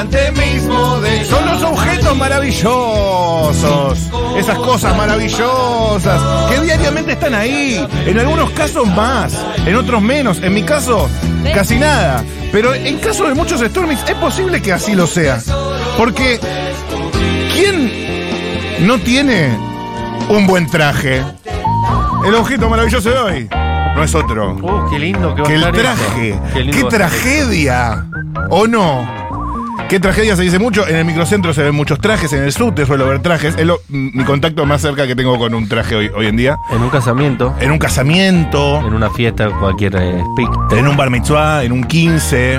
delante mismo de... Son los objetos maravillosos, esas cosas maravillosas que diariamente están ahí, en algunos casos más, en otros menos, en mi caso casi nada, pero en caso de muchos Stormix es posible que así lo sea, porque ¿quién no tiene un buen traje? El objeto maravilloso de hoy no es otro Qué lindo que va que a el estar traje. esto. ¡Qué lindo va a estar tragedia! ¿O no? ¿Qué tragedia se dice mucho? En el microcentro se ven muchos trajes, en el subte suelo ver trajes. Es mi contacto más cerca que tengo con un traje hoy en día. esto. En un casamiento, En un casamiento, en una fiesta, cualquier speak. en un bar mitzvah, en un 15.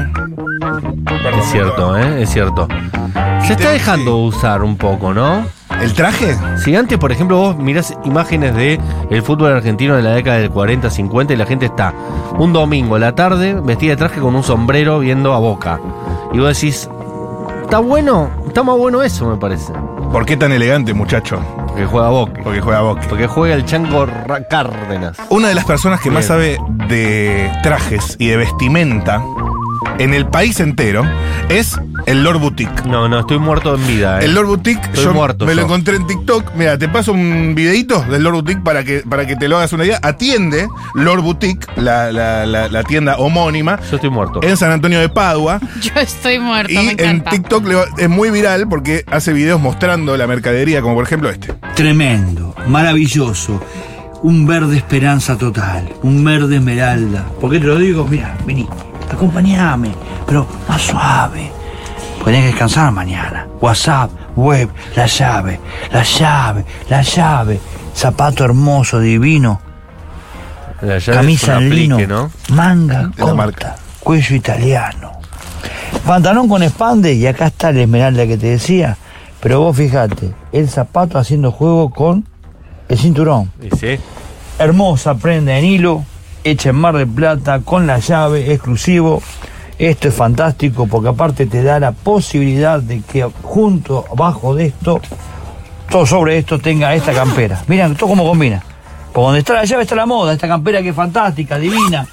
Es cierto, es cierto. Se está dejando usar un poco, ¿no? ¿El traje? Si antes, por ejemplo, vos mirás imágenes de el fútbol argentino de la década del 40, 50 y la gente está un domingo a la tarde vestida de traje con un sombrero viendo a Boca. Y vos decís, ¿está bueno? Está más bueno eso, me parece. ¿Por qué tan elegante, muchacho? Porque juega a Boca. Porque juega a Boca. Porque juega el Chango Cárdenas. Una de las personas que más Bien. sabe de trajes y de vestimenta en el país entero es el Lord Boutique. No, estoy muerto en vida. El Lord Boutique, Estoy yo muerto, me lo yo. encontré en TikTok. Mira, te paso un videito del Lord Boutique para que te lo hagas una idea. Atiende Lord Boutique, la tienda homónima, Yo estoy muerto. en San Antonio de Padua. Yo estoy muerto, Y me en encanta. TikTok es muy viral porque hace videos mostrando la mercadería, como por ejemplo este. Tremendo, maravilloso. Un verde esperanza total, un verde esmeralda. ¿Por qué te lo digo? Mira, vení, acompañame, pero más suave. Tenés que descansar mañana. WhatsApp, web, la llave, la llave, la llave. Zapato hermoso, divino. La llave es Camisa un en lino, aplique, ¿no? manga De la marca. corta, cuello italiano. Pantalón con espande y acá está la esmeralda que te decía. Pero vos fijate, el zapato haciendo juego con el cinturón. Y sí. Hermosa prenda en hilo, hecha en Mar del Plata, con la llave, exclusivo. Esto es fantástico porque aparte te da la posibilidad de que junto, abajo de esto, todo sobre esto tenga esta campera. Miren todo cómo combina. Por donde está la llave está la moda, esta campera que es fantástica, divina.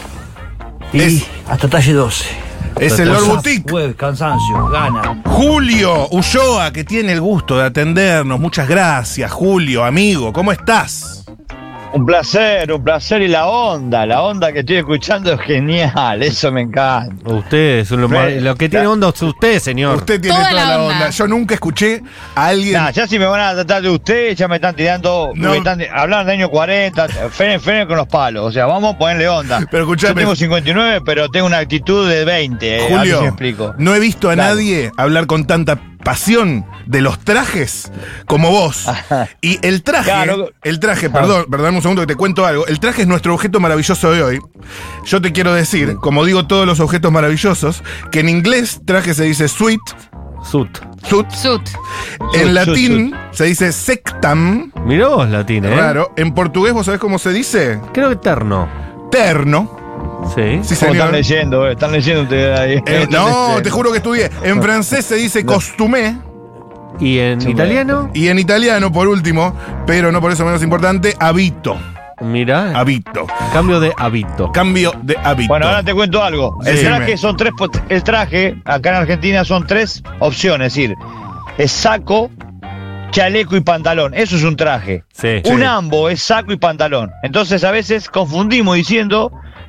Y Es- hasta talle 12. Es el Lord WhatsApp, Boutique. web, cansancio, gana. Julio Ulloa, que tiene el gusto de atendernos. Muchas gracias, Julio, amigo. ¿Cómo estás? Un placer y la onda que estoy escuchando es genial, eso me encanta. Usted es lo que tiene onda es usted, señor. Usted tiene Toda toda la la onda. onda. Yo nunca escuché a alguien. Nah, ya si me van a tratar de usted, ya me están tirando, No. hablan de año 40, frenen con los palos, o sea, vamos a ponerle onda. Pero escuchame. Yo tengo 59, pero tengo una actitud de 20, a ver si Julio, me explico. no he visto a Dale. nadie hablar con tanta pasión de los trajes como vos. Y el traje, Claro. perdón un segundo que te cuento algo. El traje es nuestro objeto maravilloso de hoy. Yo te quiero decir, como digo todos los objetos maravillosos, que en inglés traje se dice suit, Sut. suit. Sut. En latín se dice sectam, Mirá vos, latín, ¿eh? raro. En portugués, ¿vos sabés cómo se dice? Creo que terno. Terno. Sí. Sí, ¿Cómo señor. están leyendo ustedes ahí? No, te juro que estudié. En francés se dice costumé. ¿Y en italiano? Y en italiano, por último, pero no por eso menos importante, habito. Mirá. Habito. Cambio de hábito. Cambio de hábito. Bueno, ahora te cuento algo. El Decime. traje son tres, el traje acá en Argentina son tres opciones, es decir, es saco, chaleco y pantalón. Eso es un traje. Sí. Un ambo es saco y pantalón. Entonces a veces confundimos diciendo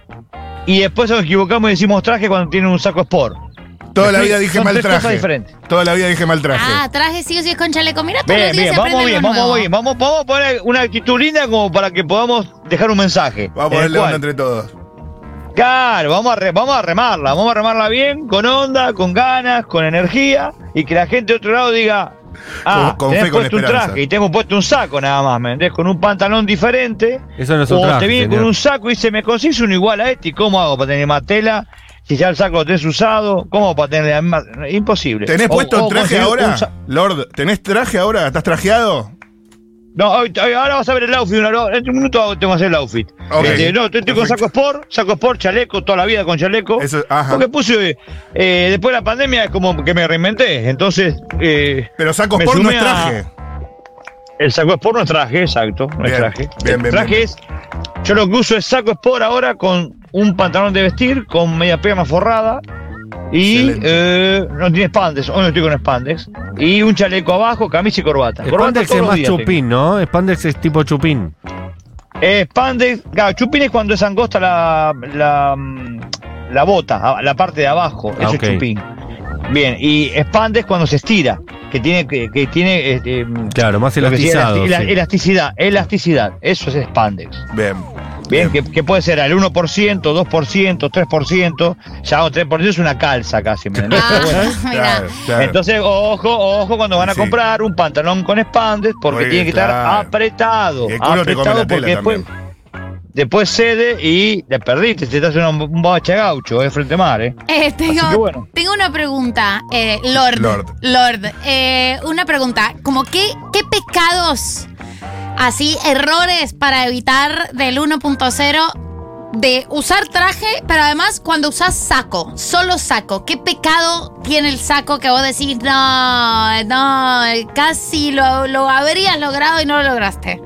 y después nos equivocamos y decimos traje cuando tiene un saco sport. Toda la vida dije Son mal tres cosas traje. diferentes. Toda la vida dije mal traje. Ah, traje sí o sí es con chaleco. Mira, todos los Bien, días bien, se vamos aprende bien, algo vamos nuevo. bien. Vamos a poner una actitud linda como para que podamos dejar un mensaje. Vamos a En el ponerle cual- onda entre todos. Claro, vamos a remarla bien, con onda, con ganas, con energía, y que la gente de otro lado diga, Con fe, tenés con puesto un esperanza. traje y tenemos puesto un saco nada más, ¿me entendés? Con un pantalón diferente, Eso no es un o traje, te viene señor. con un saco y dice, me consigues uno igual a este, ¿y cómo hago para tener más tela? Si ya el saco lo tenés usado, ¿cómo para tener la misma? Imposible. ¿Tenés O- puesto o traje conseguir ahora? un sa- Lord, ¿tenés traje ahora? ¿Estás trajeado? No, ahora vas a ver el outfit, en un minuto tengo que hacer el outfit. Ok. No, estoy con saco sport, chaleco, toda la vida con chaleco. Eso, ajá. Porque puse, después de la pandemia es como que me reinventé, entonces... Pero saco me sport no sumé es a- traje. El saco sport no es traje, exacto, no Bien, es traje. bien, El bien, traje bien. es, yo lo que uso es saco sport ahora con un pantalón de vestir, con media pega más forrada, Y Excelente. no tiene spandex, hoy no estoy con spandex. Y un chaleco abajo, camisa y corbata. Corbata Spandex todos es los más días chupín, ¿no? Spandex es tipo chupín. tengo. Spandex, claro, chupín es cuando es angosta la bota, la parte de abajo. Eso ok. es chupín. Bien, y spandex cuando se estira, que tiene Claro, más lo que sí, elastizado. sí. elasticidad, eso es spandex. Bien. Bien, que puede ser al 1%, 2%, 3%, ya 3% es una calza casi, ¿me entendés? Ah, Pero bueno, mira. Claro, claro. entonces, ojo cuando van a Sí. comprar un pantalón con spandex, porque Muy tiene que bien, estar claro. apretado. Y el culo te come la Porque tela después cede y te perdiste, te estás haciendo un bache gaucho, frente a mar, Tengo, Así que bueno. tengo una pregunta, Lord. Una pregunta, como qué pecados, así, errores para evitar del 1.0 de usar traje, pero además cuando usas saco, solo saco, ¿qué pecado tiene el saco que vos decís, no, casi lo habrías logrado y no lo lograste?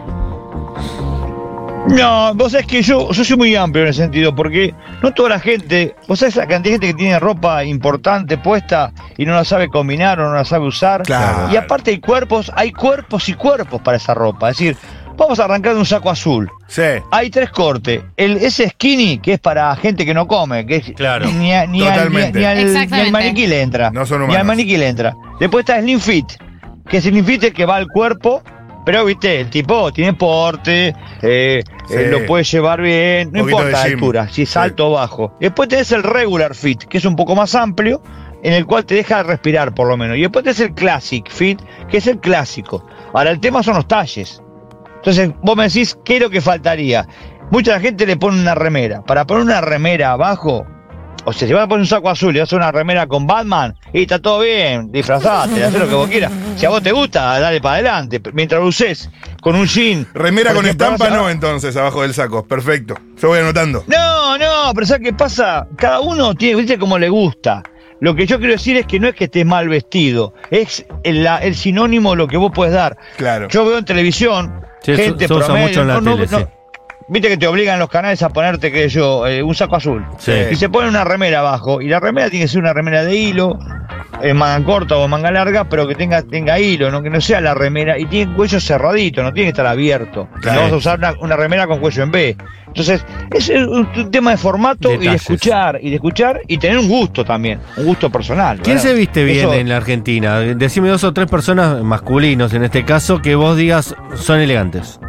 No, vos sabés que yo soy muy amplio en ese sentido, porque no toda la gente, vos sabés la cantidad de gente que tiene ropa importante puesta y no la sabe combinar o no la sabe usar. Claro. Y aparte hay cuerpos y cuerpos para esa ropa. Es decir, vamos a arrancar de un saco azul. Sí. Hay 3 cortes. Ese skinny, que es para gente que no come, que es, Claro. ni Totalmente. ni al Exactamente. maniquí le entra. No son Ni humanos. al maniquí le entra. Después está Slim Fit, que Slim Fit es que va al cuerpo. Pero, viste, el tipo tiene porte, lo puede llevar bien, no Poquito importa la de gym. altura, si es Sí. alto o bajo. Después tenés el regular fit, que es un poco más amplio, en el cual te deja respirar por lo menos. Y después tenés el classic fit, que es el clásico. Ahora, el tema son los talles. Entonces, vos me decís, ¿qué es lo que faltaría? Mucha gente le pone una remera. Para poner una remera abajo, o sea, si vas a poner un saco azul y vas a hacer una remera con Batman, y está todo bien, disfrazate, haz lo que vos quieras. Si a vos te gusta, dale para adelante. Mientras lo uses con un jean. Remera por con ejemplo, estampa vas a- no, entonces, abajo del saco. Perfecto. Yo voy anotando. No, pero ¿sabes qué pasa? Cada uno tiene, viste, como le gusta. Lo que yo quiero decir es que no es que estés mal vestido, es el sinónimo de lo que vos puedes dar. Claro. Yo veo en televisión Sí, gente se usa promedio, mucho en la tele, sí. Viste que te obligan los canales a ponerte, que yo, un saco azul. Sí. Y se pone una remera abajo. Y la remera tiene que ser una remera de hilo, en manga corta o manga larga, pero que tenga hilo, ¿no? Que no sea la remera. Y tiene cuello cerradito, no tiene que estar abierto. Claro. No vas a usar una remera con cuello en B. Entonces, es un tema de formato y de escuchar y tener un gusto también, un gusto personal. ¿Quién ¿verdad? se viste bien Eso- en la Argentina? Decime 2 o 3 personas masculinos en este caso que vos digas son elegantes.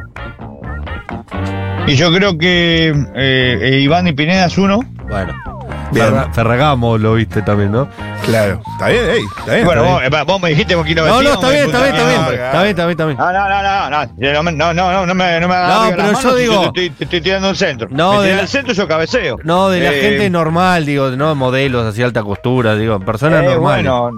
Y yo creo que Iván y Pineda es uno. Bueno. Bien. Ferragamo lo viste también, ¿no? Claro. Está bien, está bien. Bueno, está bien. vos me dijiste con quién lo No, vestíamos, está bien, me está puse bien, a mi está bien. nombre. Está bien. No me hagas No, arriba pero las yo manos, digo- te estoy tirando el centro. No, Me de tiré la- el centro y yo cabeceo. No, de la Eh, gente normal, digo, no modelos así alta costura, digo, personas normales. Bueno,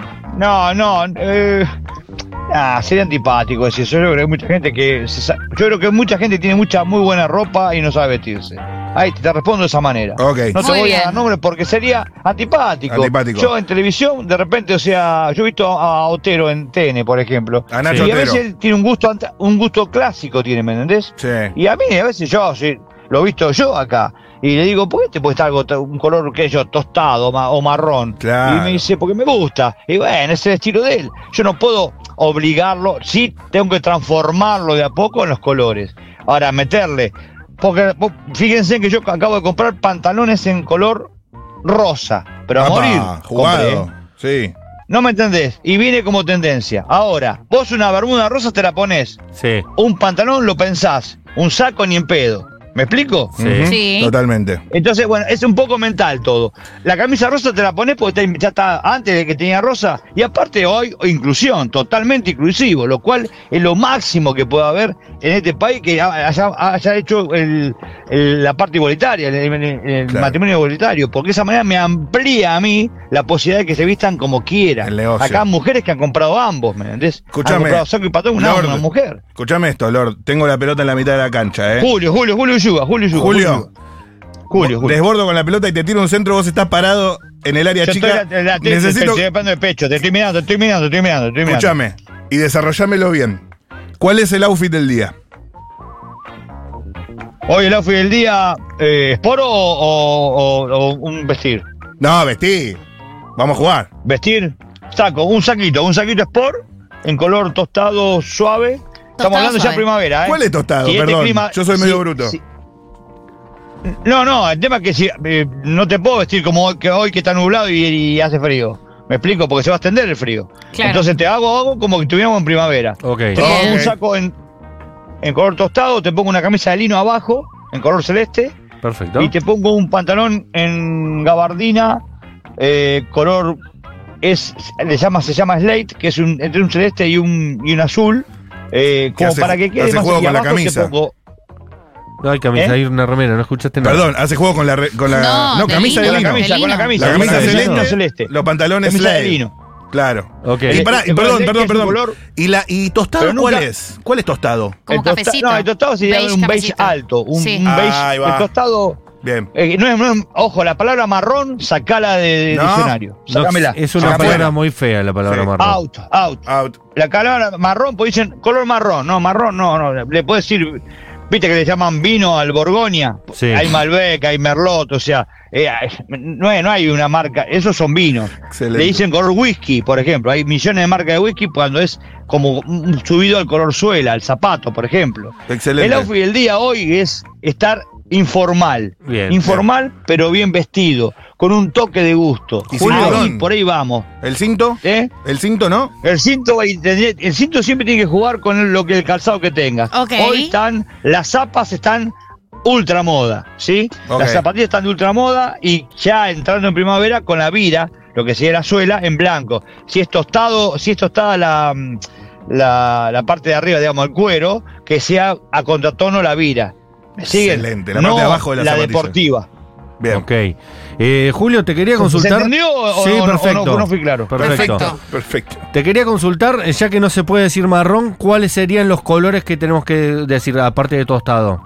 sería antipático decir eso. Yo creo que hay mucha gente yo creo que mucha gente tiene muy buena ropa y no sabe vestirse. Ahí te respondo de esa manera. Ok. No te Muy voy bien. a dar nombre porque sería antipático. Antipático. Yo en televisión, de repente, o sea, yo he visto a Otero en TN, por ejemplo. A Nacho y a Otero. veces tiene un gusto clásico, ¿me entendés? Sí. Y a mí, a veces yo, sí, lo he visto yo acá. Y le digo, ¿por qué te puede estar un color, qué sé yo, tostado o marrón? Claro. Y me dice, porque me gusta. Y bueno, ese es el estilo de él. Yo no puedo obligarlo, sí tengo que transformarlo de a poco en los colores. Ahora, meterle. Porque fíjense que yo acabo de comprar pantalones en color rosa. Pero a Apa, morir. jugado. compré. Sí. No me entendés. Y viene como tendencia. Ahora, vos una bermuda rosa te la ponés. Sí. Un pantalón lo pensás. Un saco ni en pedo. ¿Me explico? Sí. Ujú, Sí. Totalmente. Entonces, bueno, es un poco mental todo. La camisa rosa te la pones porque ya está antes de que tenía rosa. Y aparte hoy, inclusión, totalmente inclusivo, lo cual es lo máximo que puede haber en este país que haya hecho la parte igualitaria, el Claro. matrimonio igualitario, porque de esa manera me amplía a mí la posibilidad de que se vistan como quieran. El negocio. Acá mujeres que han comprado ambos, ¿me entendés? Escuchame, Han comprado saco y patón, Lord. una mujer. Escuchame esto, Lord. Tengo la pelota en la mitad de la cancha, ¿eh? Julio Yuga. Julio. Desbordo con la pelota y te tiro un centro, vos estás parado en el área Yo chica. estoy Necesito. pegando de pecho, te estoy mirando. Escúchame. Y desarrollámelo bien. ¿Cuál es el outfit del día? Hoy el outfit del día, ¿sport o un vestir? No, vestí. Vamos a jugar. Vestir, un saquito sport en color tostado suave. Estamos hablando suave. ya primavera, ¿eh? ¿Cuál es tostado? Si Perdón, clima- yo soy medio si- bruto. si- No, el tema es que si, no te puedo vestir como hoy que está nublado y hace frío. ¿Me explico? Porque se va a extender el frío. Claro. Entonces te hago como que estuviéramos en primavera. Ok. Te pongo Ok. un saco en color tostado, te pongo una camisa de lino abajo, en color celeste, Perfecto. y te pongo un pantalón en gabardina, color, se llama slate, que es entre un celeste y un azul, como hace- para que quede hace más. juego Y con la abajo te camisa. pongo No hay camisa, ¿Eh? hay una remera, no escuchaste nada. Perdón, hace juego con la. No, de camisa lino, de lino. con la lino. camisa, La camisa de celeste, lino celeste. los pantalones Camisa de slate. lino. Claro. Ok. Y, pará, El perdón. color- ¿Y tostado Pero cuál nunca- es? ¿Cuál es tostado? Como cafecito. El tostado sería Beige un beige cafecito. alto, un Sí. beige. Ahí va. El tostado, Bien. no es, ojo, la palabra marrón, sacala de No. diccionario. No, Sácamela. es una Sácamela. palabra muy fea la palabra Sí. marrón. Out. Out. La palabra marrón, pues dicen color marrón. No, marrón no. Le puedes decir, viste que le llaman vino al Borgoña. Sí. Hay Malbec, hay Merlot, o sea, no hay una marca, esos son vinos. Excelente. Le dicen color whisky, por ejemplo. Hay millones de marcas de whisky cuando es como subido al color suela, al zapato, por ejemplo. Excelente. El outfit del día hoy es estar informal. Bien. Informal, pero bien vestido, con un toque de gusto. Y sin Ahí, morón. por ahí vamos. ¿El cinto? ¿Eh? ¿El cinto no? El cinto siempre tiene que jugar con el calzado que tengas. Ok. Hoy las zapas están ultra moda, ¿sí? Ok. Las zapatillas están de ultra moda y ya entrando en primavera con la vira, lo que sería la suela, en blanco. Si es tostada la parte de arriba, digamos, el cuero, que sea a contratono la vira. ¿Me siguen? Excelente, la parte de abajo de la zapatilla. deportiva. Bien. Ok. Julio, te quería ¿Se consultar. entendió o Sí, no, perfecto. no fui claro? Perfecto. Perfecto. Te quería consultar, ya que no se puede decir marrón, ¿cuáles serían los colores que tenemos que decir, aparte de tostado?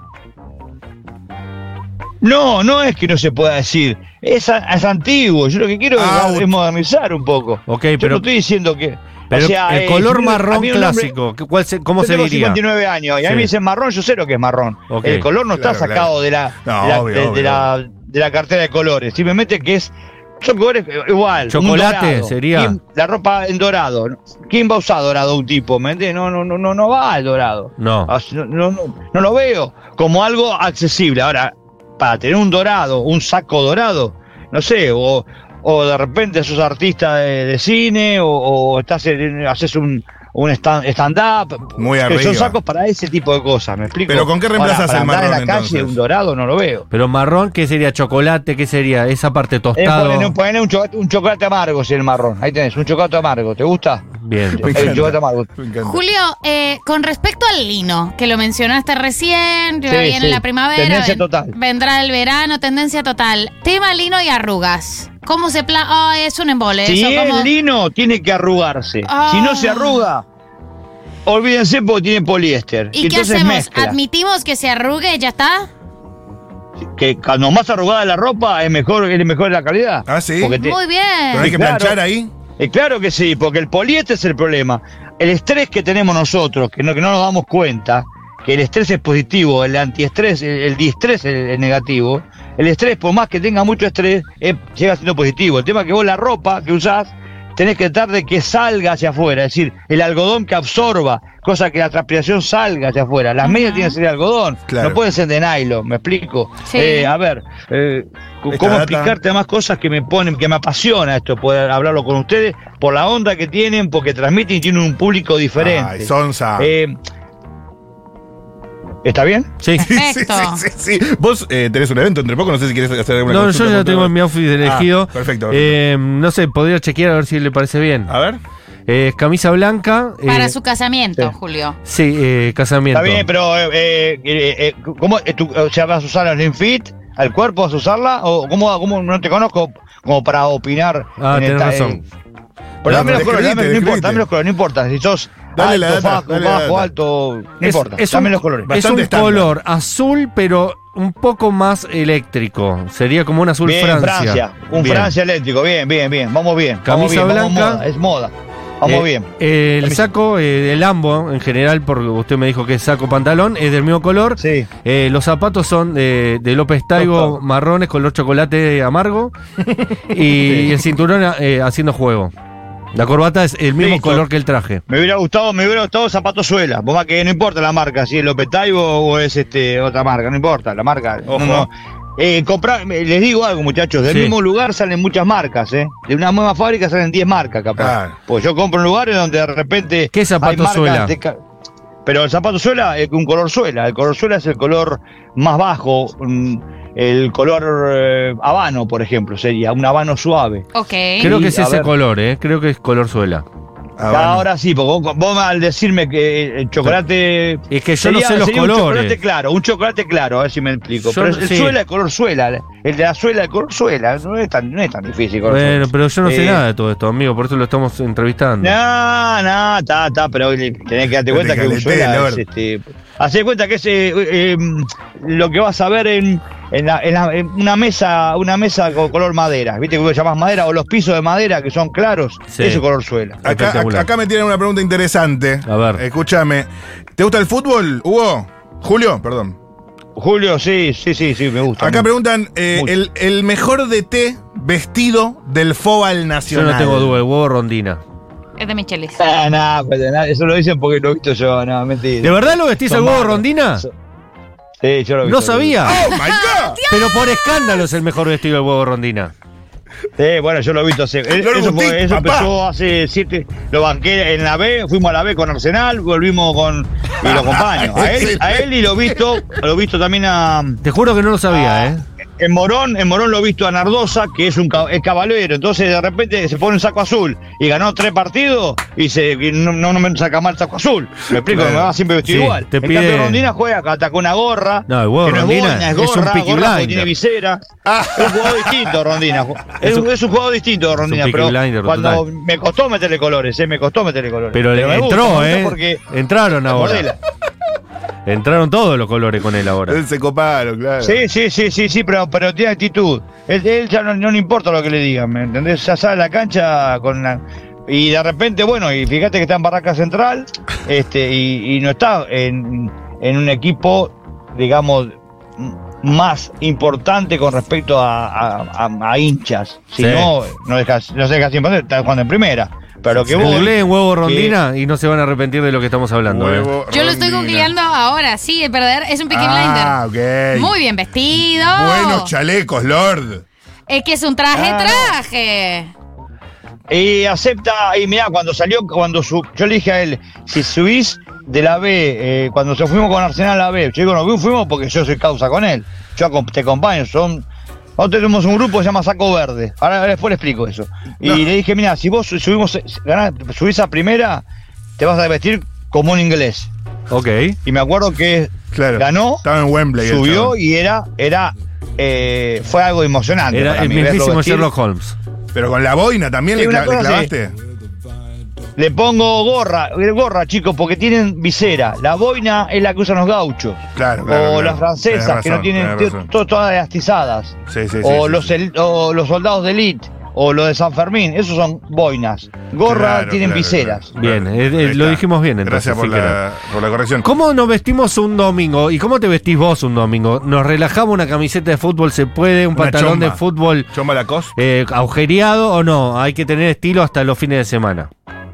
No es que no se pueda decir. Es antiguo. Yo lo que quiero Out. es modernizar un poco. Ok, Yo pero- no estoy diciendo que. Pero o sea, el color si marrón a mí un hombre- clásico, ¿cómo yo se tengo diría? 59 años y a Sí. mí me dicen marrón, yo sé lo que es marrón. Ok. El color no está Claro, sacado claro. de No, la, obvio, de la cartera de colores. Simplemente que son colores igual. un Chocolate dorado. sería. La ropa en dorado. ¿Quién va a usar dorado un tipo? ¿Me entiendes? No va el dorado. No. No lo veo como algo accesible. Ahora, para tener un dorado, un saco dorado, no sé, o de repente sos artista de cine, o haces un stand-up. Muy que arriba. son sacos para ese tipo de cosas, ¿me explico? Pero ¿con qué reemplazas Ahora, para el andar marrón, en la calle, entonces? un dorado no lo veo. Pero marrón, ¿qué sería? ¿Chocolate? ¿Qué sería? Esa parte tostado. Ponele un chocolate amargo, si el marrón. Ahí tenés, un chocolate amargo. ¿Te gusta? Bien. Me El encanta. chocolate amargo. Me encanta. Julio, con respecto al lino, que lo mencionaste recién, ya Sí, viene sí. la primavera, Tendencia total. vendrá el verano, tendencia total. Tema lino y arrugas. ¿Cómo se es un embole Si eso? ¿Cómo? es lino, tiene que arrugarse. Ah. Si no se arruga, olvídense porque tiene poliéster. ¿Y qué entonces hacemos? mezcla. ¿Admitimos que se arrugue y ya está? Que cuando más arrugada la ropa es mejor la calidad. Ah, ¿sí? Porque Muy ¿Pero hay bien. que Claro. planchar ahí? Claro que sí, porque el poliéster es el problema. El estrés que tenemos nosotros, que no nos damos cuenta, que el estrés es positivo, el antiestrés, el diestrés es negativo. El estrés, por más que tenga mucho estrés, llega siendo positivo. El tema es que vos la ropa que usás, tenés que tratar de que salga hacia afuera, es decir, el algodón que absorba, cosa que la transpiración salga hacia afuera. Las medias tienen que ser de algodón, Claro. no pueden ser de nylon, ¿me explico? Sí. A ver, Esta ¿cómo data- explicarte más cosas que me apasiona esto, poder hablarlo con ustedes, por la onda que tienen, porque transmiten y tienen un público diferente. Ay, sonsa. ¿Está bien? Sí. Perfecto. Sí. Vos tenés un evento entre poco, no sé si querés hacer alguna No, yo consulta ya con tengo todo. mi outfit elegido. Perfecto. No sé, podría chequear a ver si le parece bien. A ver. Camisa blanca. Para su casamiento, sí. Julio. Sí, casamiento. Está bien, pero ¿cómo? O sea, ¿vas a usar la Slim Fit al cuerpo? ¿Vas a usarla? ¿O cómo no te conozco como para opinar? Tenés razón. Pero dame los describite, colores, no importa, describite. dame los colores, no importa. Si sos Dale la alto, data, bajo, dale la bajo, data. alto, no importa. Dame los colores. Es Bastante un estándar. color azul, pero un poco más eléctrico. Sería como un azul Bien, Francia. Un Bien. Francia eléctrico, bien. Vamos bien. Camisa vamos bien, blanca. Vamos moda, es moda. Vamos bien. El saco, el ambo en general, porque usted me dijo que es saco pantalón, es del mismo color. Sí. Los zapatos son de López Taibo, marrones, color chocolate amargo. Y el cinturón haciendo juego. La corbata es el mismo Listo. color que el traje. Me hubiera gustado zapatos suela. Vos más que no importa la marca, si es López Taibo o es otra marca, no importa, la marca. Ojo. No. Les digo algo, muchachos, del Sí. mismo lugar salen muchas marcas, De una misma fábrica salen 10 marcas, capaz. Claro. Pues yo compro en lugares donde de repente. ¿Qué zapato hay marcas suela? Pero el zapato suela es un color suela. El color suela es el color más bajo. El color habano, por ejemplo, sería un habano suave. Ok. Creo que es a ese ver. color, creo que es color suela. Ahora sí, porque vos al decirme que el chocolate. Es que yo no sé los sería colores. Un chocolate claro, a ver si me explico. Yo Pero no- el sí. suela, el color suela. El de la suela, el color suela. No es tan difícil. color Bueno, suela. pero yo no sé Eh, nada de todo esto, amigo, por eso lo estamos entrevistando. No, está, pero tenés que darte No cuenta te que un caletes, suela Lord. es hacé cuenta que es lo que vas a ver en una mesa con color madera. ¿Viste cómo llamás madera? O los pisos de madera que son claros. Sí. Ese color suela. Espectacular. Acá me tienen una pregunta interesante. A ver. Escúchame. ¿Te gusta el fútbol, Hugo? Julio, perdón. Julio, sí, me gusta. Acá mucho. preguntan, Mucho. el mejor DT vestido del fútbol Yo nacional. no tengo duda, el huevo rondina. Es de Michelis. Eso lo dicen porque lo he visto yo, no, mentira. ¿De verdad lo vestís al Son huevo malos. rondina? Sí, yo lo he visto. No sabía. ¡Oh, my God! Pero por escándalo es el mejor vestido del huevo rondina. Sí, bueno, yo lo he visto Lord eso Boutique, eso papá. empezó hace 7. Lo banqué en la B, fuimos a la B con Arsenal, volvimos y lo acompaño. A él y lo he visto también Te juro que no lo sabía, en Morón lo he visto a Nardosa, que es es caballero, entonces de repente se pone un saco azul y ganó 3 partidos y no me saca mal el saco azul. Me explico, Claro. me va siempre vestido Sí, igual. te En pide- cambio Rondina juega hasta con una gorra. No, el huevo que no Rondina es boina, es un gorra, Peaky gorra porque Blinder. tiene visera. Es un jugador distinto, Rondina. Es un jugador distinto, Rondina. Peaky Pero Blinder, cuando total. me costó meterle colores, me costó meterle colores. Pero me gusta, entró, me gusta porque Entraron ahora. Mordela. Entraron todos los colores con él ahora. Él se coparon, claro. Sí, pero tiene actitud. Él ya no le importa lo que le digan, ¿me entendés? Ya sale a la cancha y de repente, bueno, y fíjate que está en Barraca Central, y no está en un equipo, digamos, más importante con respecto a hinchas. Si Sí. no se deja siempre, está jugando en primera. Pero que vos. Googleen huevo rondina y no se van a arrepentir de lo que estamos hablando. Huevo Yo lo estoy Rondina. googleando ahora, sí, es verdad, es un Peaky Ah, Blinder. ok. Muy bien vestido. Buenos chalecos, Lord. Es que es un traje. Y acepta, y mirá, yo le dije a él, si subís de la B, cuando fuimos con Arsenal a la B, yo digo, no, fuimos porque yo soy causa con él, yo te acompaño, nosotros tenemos un grupo que se llama Saco Verde, ahora después le explico eso. Y le dije, mirá, si vos subís a primera, te vas a vestir como un inglés. Ok. Y me acuerdo que Claro. ganó, Estaba en Wembley. el subió chabón. y fue algo emocionante. Era para el mí, verlo mismísimo vestir. Sherlock Holmes. Pero con la boina también Sí, le una cosa clavaste. Le pongo gorra, chicos, porque tienen visera. La boina es la que usan los gauchos. Claro, O claro. las francesas, Tenés que no razón, tienen tenés razón. todas elastizadas. Sí, sí, o, sí. o los soldados de elite, o los de San Fermín, esos son boinas. Gorra Claro, tienen claro, viseras. claro. Bien, Ahí lo está. dijimos bien, entonces, Gracias por la corrección. ¿Cómo nos vestimos un domingo? ¿Y cómo te vestís vos un domingo? ¿Nos relajamos una camiseta de fútbol? ¿Se puede? ¿Un Una pantalón chomba. de fútbol Chomba Lacoste. agujereado o no? Hay que tener estilo hasta los fines de semana.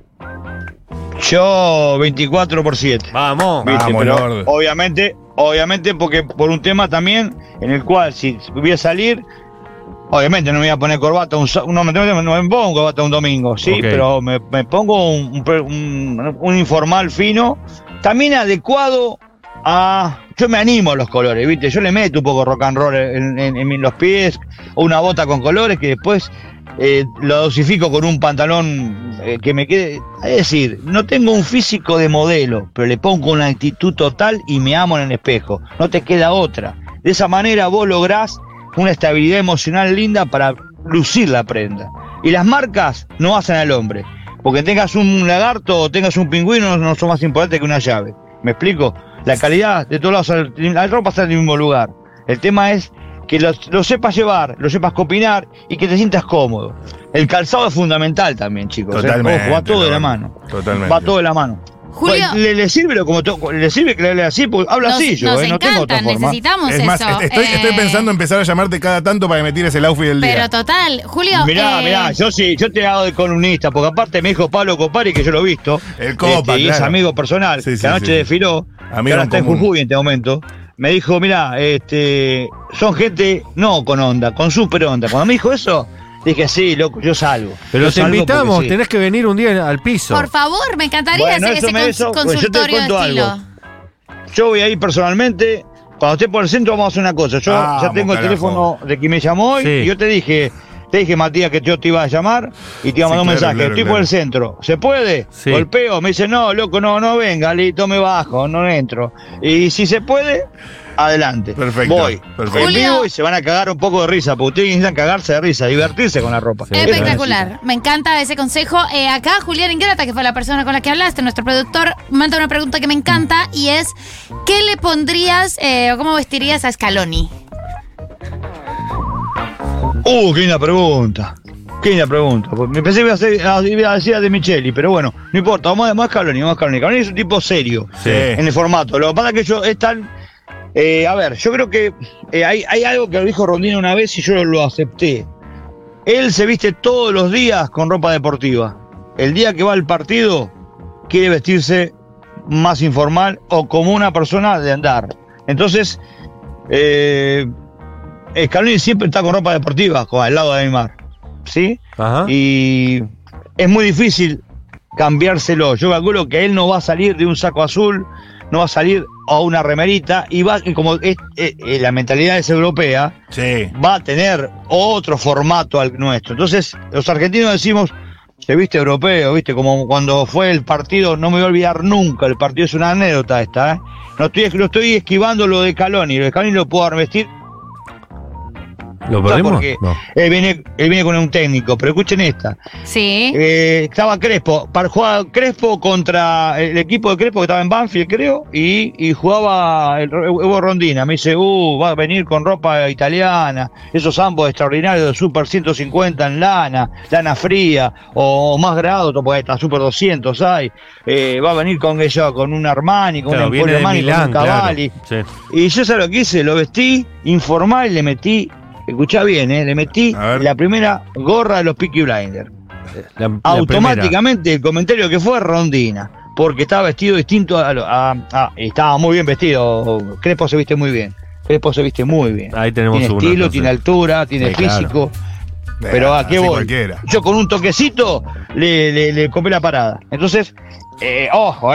Yo 24/7. Vamos. ¿Viste? Vamos, Pero Lord. obviamente porque por un tema también en el cual si voy a salir, obviamente no me voy a poner corbata, no me pongo corbata un domingo, sí, Ok. pero me pongo un informal fino, también adecuado a... Yo me animo a los colores, ¿viste? Yo le meto un poco rock and roll en los pies, o una bota con colores que después lo dosifico con un pantalón que me quede... Es decir, no tengo un físico de modelo, pero le pongo una actitud total y me amo en el espejo. No te queda otra. De esa manera vos lográs una estabilidad emocional linda para lucir la prenda. Y las marcas no hacen al hombre. Porque tengas un lagarto o tengas un pingüino no son más importantes que una llave. ¿Me explico? La calidad de todos lados, la ropa está en el mismo lugar. El tema es que lo sepas llevar, lo sepas combinar y que te sientas cómodo. El calzado es fundamental también, chicos. Totalmente. Ojo, va todo de la mano. Totalmente. Va todo de la mano. Julio, ¿Le sirve le sirve que le hable así? Porque hablo así yo, nos no tengo otra encanta, forma. necesitamos Es más, eso. estoy pensando en empezar a llamarte cada tanto para que me tires el outfit del día. Pero total, Julio. Mirá, yo te hago de columnista, porque aparte me dijo Pablo Copari, que yo lo he visto. El Copa, y es claro. amigo personal, Sí, que anoche desfiló, Amigo que ahora en está en común. Jujuy en este momento. Me dijo, mirá, son gente no con onda, con super onda. Cuando me dijo eso, dije, sí, loco, yo salgo. Pero Yo te salgo invitamos, porque sí. tenés que venir un día al piso. Por favor, me encantaría Bueno, hacer eso ese me- eso, pues, yo te consultorio de cuento estilo. algo. Yo voy a ir personalmente. Cuando esté por el centro vamos a hacer una cosa. Yo Vamos, ya tengo el carajo. teléfono de quien me llamó hoy Sí. y yo te dije, Matías, que yo te iba a llamar y te iba a Sí, mandar un claro, mensaje. claro, Estoy claro. por el centro. ¿Se puede? Sí. Golpeo. Me dice, no, loco, no venga, listo, me bajo, no entro. Y si se puede, adelante. Perfecto, Voy. perfecto. En Julio. vivo y se van a cagar un poco de risa, porque ustedes necesitan cagarse de risa, divertirse con la ropa. Sí. Eso Espectacular, me encanta ese consejo. Acá Julián Ingrata, que fue la persona con la que hablaste, nuestro productor, manda una pregunta que me encanta y es, ¿qué le pondrías o cómo vestirías a Scaloni? Qué linda pregunta. Qué linda pregunta. Pues me pensé que iba a decir a De Micheli, pero bueno, no importa, vamos a Scaloni, Scaloni es un tipo serio Sí. en el formato. Lo que pasa es que yo es tan. A ver, yo creo que hay algo que lo dijo Rondina una vez y yo lo acepté. Él se viste todos los días con ropa deportiva. El día que va al partido, quiere vestirse más informal o como una persona de andar. Entonces, Scaloni siempre está con ropa deportiva, al lado de Neymar. ¿Sí? Ajá. Y es muy difícil cambiárselo. Yo calculo que él no va a salir de un saco azul, no va a salir a una remerita y va, como la mentalidad es europea, Sí. va a tener otro formato al nuestro. Entonces, los argentinos decimos, se viste europeo, ¿viste? Como cuando fue el partido, no me voy a olvidar nunca, el partido es una anécdota esta, ¿eh? No estoy esquivando lo de Scaloni, lo de Scaloni lo puedo vestir. ¿Lo perdimos? Porque No. él viene con un técnico, pero escuchen esta. Sí. Estaba Crespo, jugaba Crespo contra el equipo de Crespo que estaba en Banfield, creo, y jugaba Hugo Rondina. Me dice, va a venir con ropa italiana, esos ambos extraordinarios de Super 150 en lana fría, o más grado, porque está Super 200 hay. Va a venir con un Armani, con Claro, un viene de Armani, Milán, con un Cavalli. claro. Sí. Y yo sé lo que hice, lo vestí informal y le metí, escuchá bien, le metí A ver. la primera gorra de los Peaky Blinders. La Automáticamente el comentario que fue Rondina, porque estaba vestido distinto estaba muy bien vestido. Crespo se viste muy bien. Ahí tenemos tiene uno, estilo, entonces. tiene altura, tiene Sí, claro. físico. Pero ¿a qué así voy? cualquiera. Yo con un toquecito le copé la parada. Entonces, ojo,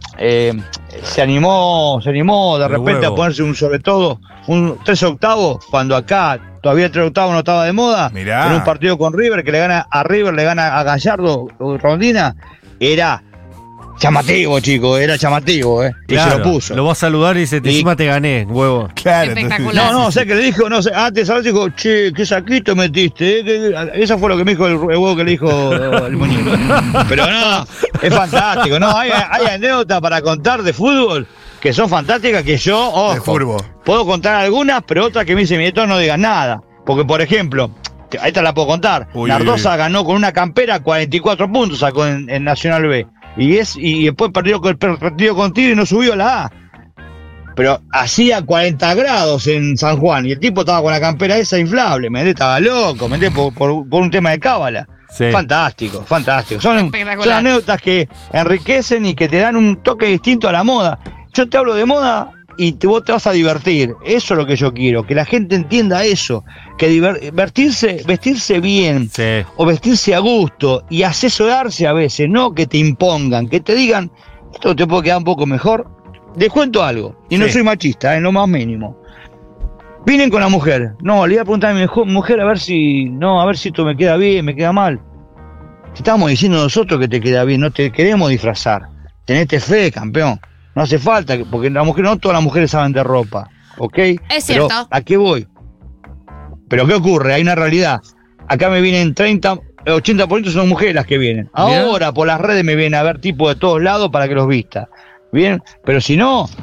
se animó de repente huevo. a ponerse sobre todo un 3 octavos, cuando acá todavía el 3 octavos no estaba de moda. Mirá. En un partido con River, que le gana a River, le gana a Gallardo, Rondina, era llamativo, chico, era llamativo, y Claro, se lo puso. Lo va a saludar y dice, Y- encima te gané, huevo. Claro, Espectacular. No, sé qué le dijo, no sé, antes a veces dijo, che, qué saquito metiste, eso fue lo que me dijo el huevo que le dijo el muñeco. Pero no, es fantástico, no, hay anécdotas para contar de fútbol que son fantásticas que yo, De ojo, fútbol. puedo contar algunas, pero otras que me dice mi nieto no digan nada. Porque, por ejemplo, esta la puedo contar, Uy, Nardosa uy, uy. ganó con una campera 44 puntos, sacó en Nacional B. Y después perdió con Tigre y no subió a la A. Pero hacía 40 grados en San Juan y el tipo estaba con la campera esa inflable, ¿me entendés? Estaba loco, ¿me entendés? Por un tema de cábala. Sí. Fantástico. Son Espectacular. anécdotas que enriquecen y que te dan un toque distinto a la moda. Yo te hablo de moda y vos te vas a divertir. Eso es lo que yo quiero, que la gente entienda eso, que vestirse bien Sí. o vestirse a gusto y asesorarse a veces, no que te impongan, que te digan, esto te puede quedar un poco mejor. Les cuento algo, y no Sí. soy machista, en lo más mínimo. Vienen con la mujer, no, le iba a preguntar a mi mujer a ver si esto me queda bien, me queda mal. Te estamos diciendo nosotros que te queda bien, no te queremos disfrazar. Tenete fe, campeón. No hace falta, porque no todas las mujeres saben de ropa, ¿ok? Es Pero, cierto. ¿a qué voy? Pero ¿qué ocurre? Hay una realidad. Acá me vienen 80% son mujeres las que vienen. Bien. Ahora por las redes me vienen a ver tipos de todos lados para que los vista. Bien, pero si no,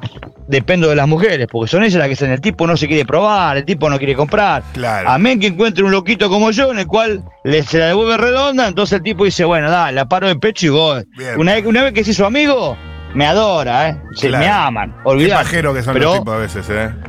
dependo de las mujeres, porque son ellas las que dicen, el tipo no se quiere probar, el tipo no quiere comprar. Claro. Amén que encuentre un loquito como yo, en el cual se la devuelve redonda, entonces el tipo dice, bueno, dale, la paro de pecho y voy. Bien. Una vez que se hizo amigo, me adora, Claro. me aman, Qué olvidate. pajero que son Pero, los tipos a veces,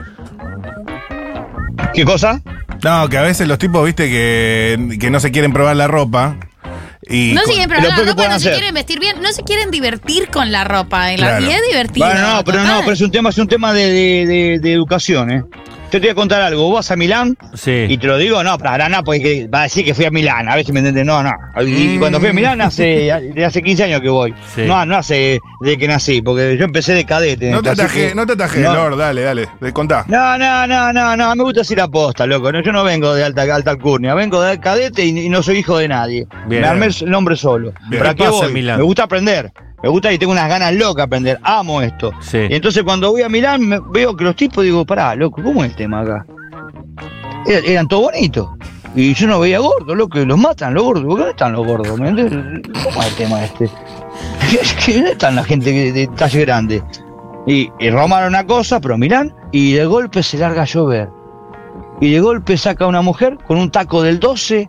¿qué cosa? No, que a veces los tipos, viste, que no se quieren probar la ropa. Y No se quieren probar Pero la ¿qué ropa, pueden no se hacer? quieren vestir bien, no se quieren divertir con la ropa. Y Claro. es divertido. Bueno, no, pero es un tema de educación, Yo te voy a contar algo, vos vas a Milán, Sí. y te lo digo, no, para no, porque va a decir que fui a Milán, a ver si me entiendes, no. Y cuando fui a Milán hace 15 años que voy, Sí. no hace de que nací, porque yo empecé de cadete. No te así atajé, que- no te atajé, no. Lord, dale, contá. No, me gusta decir aposta, loco. Yo no vengo de alta alcurnia, vengo de cadete y no soy hijo de nadie. Bien. Me armé el nombre solo. Bien. ¿Para ¿Qué qué pasa voy? en Milán? Me gusta aprender. Me gusta y tengo unas ganas locas de aprender. Amo esto. Sí. Y entonces cuando voy a Milán veo que los tipos digo, pará, loco, ¿cómo es el tema acá? Eran todos bonitos. Y yo no veía gordos, loco, y los matan los gordos. ¿Por qué no están los gordos? ¿Me entiendes? ¿Cómo es el tema este? ¿Dónde están la gente de talle grande? Y Roma era una cosa, pero Milán, y de golpe se larga a llover. Y de golpe saca una mujer con un taco del 12,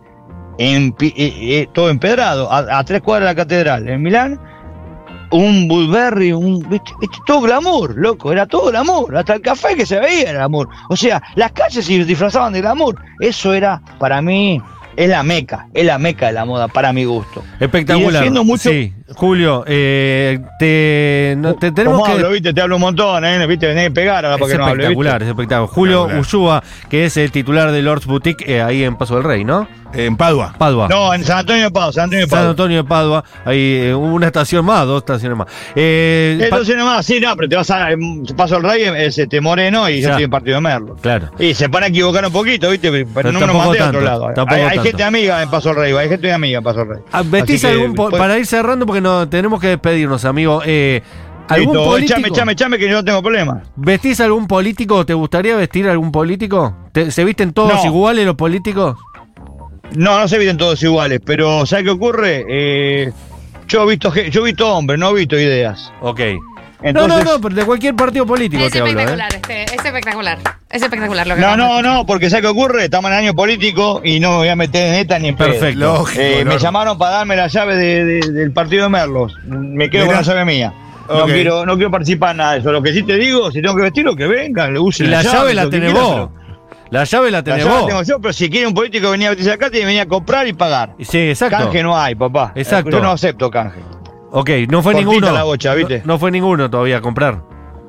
todo empedrado, a 3 cuadras de la catedral. En Milán, un Burberry, ¿viste? Todo glamour, loco, era todo glamour. Hasta el café que se veía era glamour. O sea, las calles se disfrazaban de glamour. Eso era, para mí, es la meca de la moda, para mi gusto. Y Espectacular. defiendo mucho. Sí, Julio, tenemos ¿Cómo que... hablo, viste? Te hablo un montón, ¿viste? Venés a pegar ahora Es porque no hablo, espectacular, ¿viste? es espectacular. Julio Espectacular. Ushua, que es el titular de Lord's Boutique, ahí en Paso del Rey, ¿no? En Padua. Padua. No, en San Antonio de Padua, San Antonio de San Padua. Antonio de Padua, hay una estación más, 2 estaciones más. Entonces nomás, sí, no, pero te vas a Paso al Rey, es Moreno y yo Ya. estoy en Partido de Merlo. Claro. Y se van a equivocar un poquito, ¿viste? Pero no me lo tampoco mandé a otro tanto, lado. tampoco Hay tanto. gente amiga en Paso al Rey, hay gente amiga en Paso al Rey. ¿Vestís Así que, algún pues, para ir cerrando porque no tenemos que despedirnos, amigo? ¿Algún listo, político? echame que yo no tengo problema. ¿Vestís algún político? ¿Te gustaría vestir algún político? ¿Se visten todos No. iguales los políticos? No se visten todos iguales, pero ¿sabes qué ocurre? Yo he visto hombres, no he visto ideas. Ok. Entonces, no, pero de cualquier partido político Es te hablo, espectacular, es espectacular. Es espectacular lo que No, porque ¿sabes qué ocurre? Estamos en el año político y no me voy a meter en esta ni en pedo. Perfecto. Lógico, Me Lord. llamaron para darme la llave del partido de Merlos. Me quedo Mirá. con la llave mía. No Ok. quiero participar en nada de eso. Lo que sí te digo, si tengo que vestirlo, que vengan, le Y usen la llave la lo que tenés quieran, vos. pero La llave la La tenés llave la vos. tengo yo, pero si quiere un político venir a vestirse acá, tiene que venir a comprar y pagar. Sí, exacto. Canje no hay, papá. Exacto. Yo no acepto canje. Ok, no fue Cortita ninguno. la bocha, ¿viste? No fue ninguno todavía a comprar.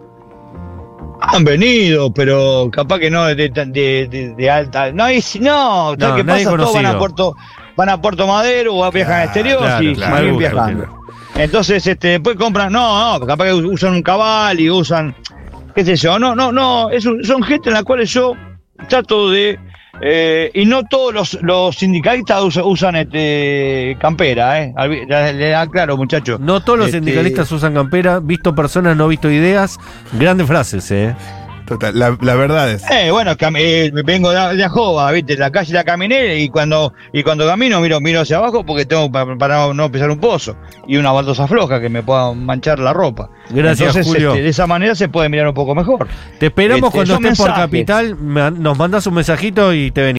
Han venido, pero capaz que no de alta. No, ¿sabes qué nadie pasa? Todos conocido. van a Puerto Madero o viajan al exterior claro, y claro, siguen claro, viajando. claro. Entonces, después compran, capaz que usan un cabal y usan, qué sé yo, son gente en la cual yo trato de, y no todos los sindicalistas usan campera, le aclaro, muchachos. No todos los sindicalistas usan campera. Visto personas, no visto ideas. Grandes frases, Total, la verdad es. Bueno, vengo de Ajoba, ¿viste? La calle la caminé y cuando camino miro hacia abajo porque tengo para no pisar un pozo y una baldosa floja que me pueda manchar la ropa. Gracias, Entonces, Julio. de esa manera se puede mirar un poco mejor. Te esperamos cuando son estés por mensajes. Capital. Nos mandas un mensajito y te venimos.